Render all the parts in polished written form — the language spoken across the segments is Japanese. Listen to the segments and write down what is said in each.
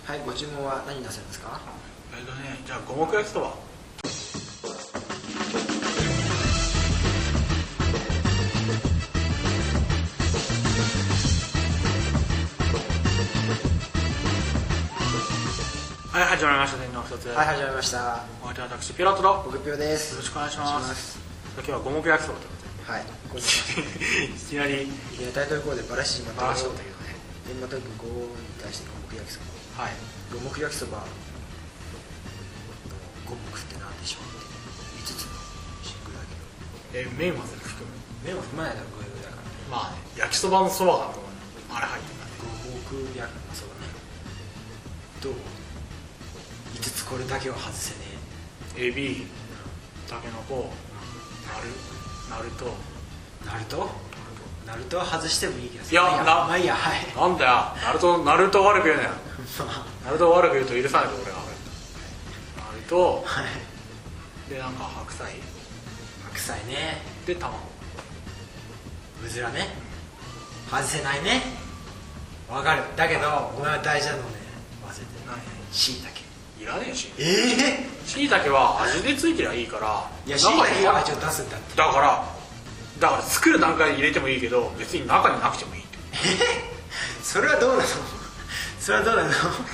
はい、ご注文は何なさいますか？ じゃあ五目焼きそば。はい、始まりました。天皇一つ。 はい、始まりました。 お相手は私ピロットと僕ピオです。 よろしくお願いします。今日は五目焼きそばということで。 はい。 いきなりタイトルコールでバラしまったけど、 けどね。 天馬とく5に対して五目焼きそば。 はい。 五目焼きそば。五目って何でしょうって5つのシングルだけど。 麺は全部含む。 麺は含まないだろ、5だから。 まあね、焼きそばのそばがあれ入ってるからね。 五目焼きそばね。どう？5つこれだけは外せねエビ、タケノコ、ナルト。 ナルトは外してもいいけど。 いや、 まあいいや、はい。 なんだよ、ナルト悪く言うなよ。ナルト悪く言うと許さないと俺は。ナルト、 はい。 でなんか白菜ね。 で卵。 うずらね。外せないね。わかる。だけどごめん、大事なのね忘れてる。しいたけいらねえし。しいたけは味でついてりゃいいから。 いや、しいたけは味を出すんだって。 だから作る段階で入れてもいいけど、別に中になくてもいいって。 それはどうなの？それはどうなの？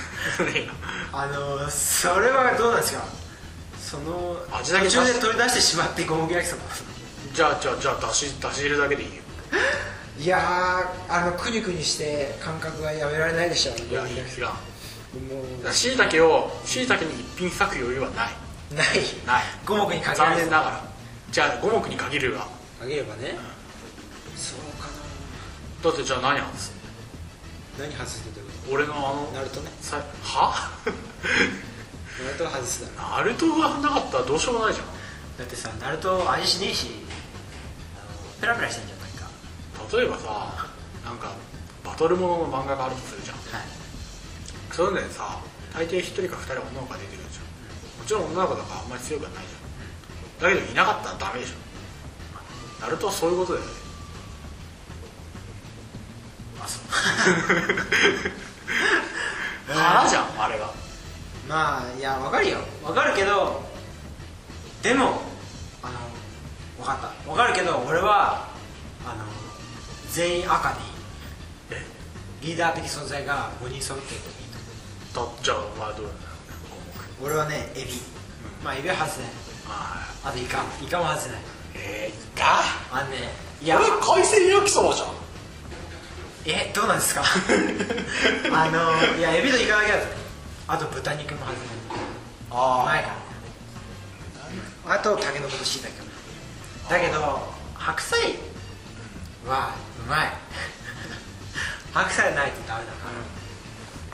それはどうなんですか？その味だけ途中で取り出してしまって五目焼きそば。 じゃあ出し入れだけでいいよ。 いやー、くにくにして感覚がやめられないでしょ。 いや、いらん。しいたけに一品割く余裕はない。 五目に限る。 残念ながら。じゃあ五目に限るわ。 限ればね。そうかな。 だってじゃあ何外す？ 何外すってどういうこと？ 俺のナルトね。 は？ ナルトは外すだろ。 ナルトがなかったらどうしようもないじゃん。 だってさ、ナルト味しねえし、ペラペラしてんじゃん。なんか例えばさ、なんかバトルものの漫画があるとするじゃん。 はい。 そういうのでさ、大抵1人か2人女の子が出てくるじゃん。もちろん女の子だからあんまり強くはないじゃん。だけどいなかったらダメでしょ。ナルトはそういうことだよね。 あ、そう。 腹じゃん、あれが。 まあ、いや、わかるよ。わかるけど、でもわかった。わかるけど、俺は全員赤でいい。リーダー的存在が5人揃ってるといいと思う。 じゃあお前はどうなんだろう。 俺はね、エビ。まあエビは外せない。あとイカも外せない。 イカ？ いや、 海鮮焼きそばじゃん。 どうなんですか？いや、エビとイカだけだとね。あと豚肉も外せない。うまいからね。あとタケノコとシイタケかな。だけど白菜はうまい。白菜ないとダメだから。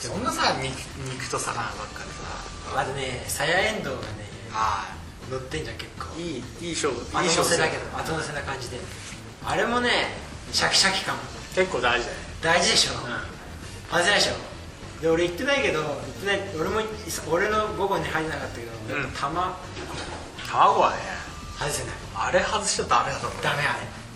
そんなさ、肉と魚ばっかりさ。 あとね、さやえんどうがね乗ってんじゃん。結構いい勝負。 後乗せだけど、後乗せな感じで、あれもね、シャキシャキ感結構大事だよね。 大事でしょ。外せないでしょ。で、俺言ってないけど、俺の午後に入んなかったけど、 卵はね、 外せない。 あれ外しちゃダメだと思う。 ダメ。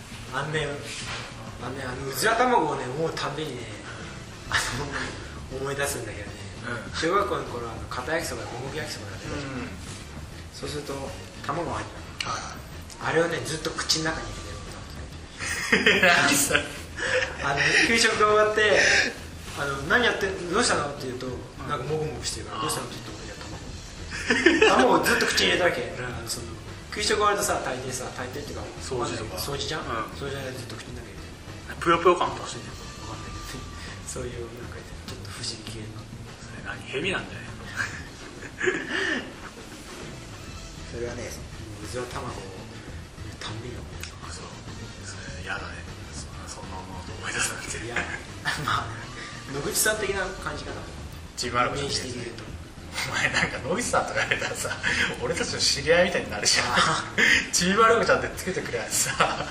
うずら卵をね、思うたんびにね、思い出すんだけどね。小学校の頃片焼きそば、五目焼きそばだったじゃん。そうすると卵が入ってる。あれをね、ずっと口の中に入れてる。 何それ？ 給食が終わって何やってどうしたのって言うと、なんかもぐもぐしてるから、どうしたのって言うと、卵をずっと口に入れたわけ。給食終わるとさ、大抵っていうか掃除とか掃除じゃん。掃除じゃないとずっと口の中に入れてぷよぷよ感出してる。 分かんないけど、そういうなんかちょっと不思議系の。 それ何？蛇なんじゃないの？ それはね、うずら卵をたんびに思い出す。 そう、それ嫌だね。そんなものと思い出すなんて。 いや、まあ野口さん的な感じかな。 ちびまる子ちゃんして言うと、お前なんか野口さんとか言われたらさ、俺たちの知り合いみたいになるじゃん。ちびまる子ちゃんってつけてくれないしさ。なるほど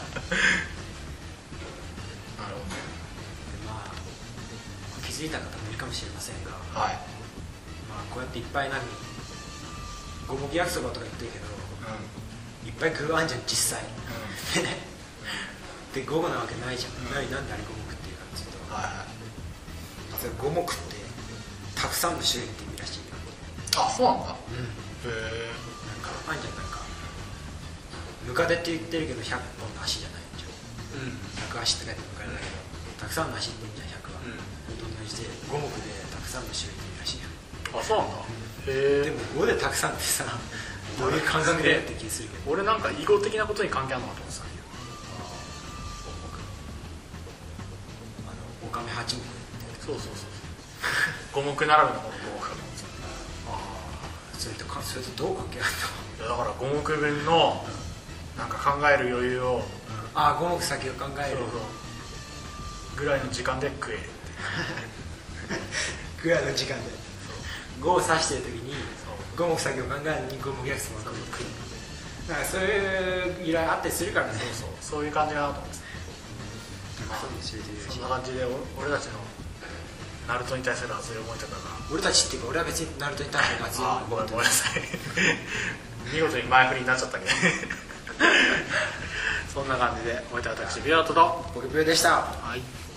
ね。 まあ気づいた方もいるかもしれませんが、 はい。 まあこうやっていっぱい五目焼きそばとか言ってるけど、いっぱい具あんじゃん実際。で午後なわけないじゃん。なんであれ五目っていうかっていうと、五目ってたくさんの種類って意味らしいよ。 あ、そうなんだ。 うん、 へえ。 なんかあんじゃん、なんかムカデって言ってるけど100本の足じゃないじゃん、100足って書いてムカデだけど、たくさんの足って言うんじゃん、100は、どんどんして五目でたくさんの種類って意味らしいよ。 あ、そうなんだ。へえ。 でも5でたくさんってさ、どういう感覚でやって気するけど、 俺なんか囲碁的なことに関係あるのかと思ってたんだけど。 オカメ8目。 そうそうそう。五目並べのこの五目かと思ってた。 ああ、それとどう関係あるの？ いやだから五目分のなんか考える余裕を、 ああ、5目先を考えるぐらいの時間で食えるぐらいの時間で5を指してる時に5目先を考えるのに5目焼きそばを食う。だからそういう依頼あったりするからね。 そういう感じかなと思ってた。そんな感じで俺たちのナルトに対する熱い思いとかが、 俺たちっていうか俺は別にナルトに対する熱い思い。 ごめんなさい見事に前振りになっちゃったけどそんな感じでお相手は私ビアートと僕ビューでした。 はい。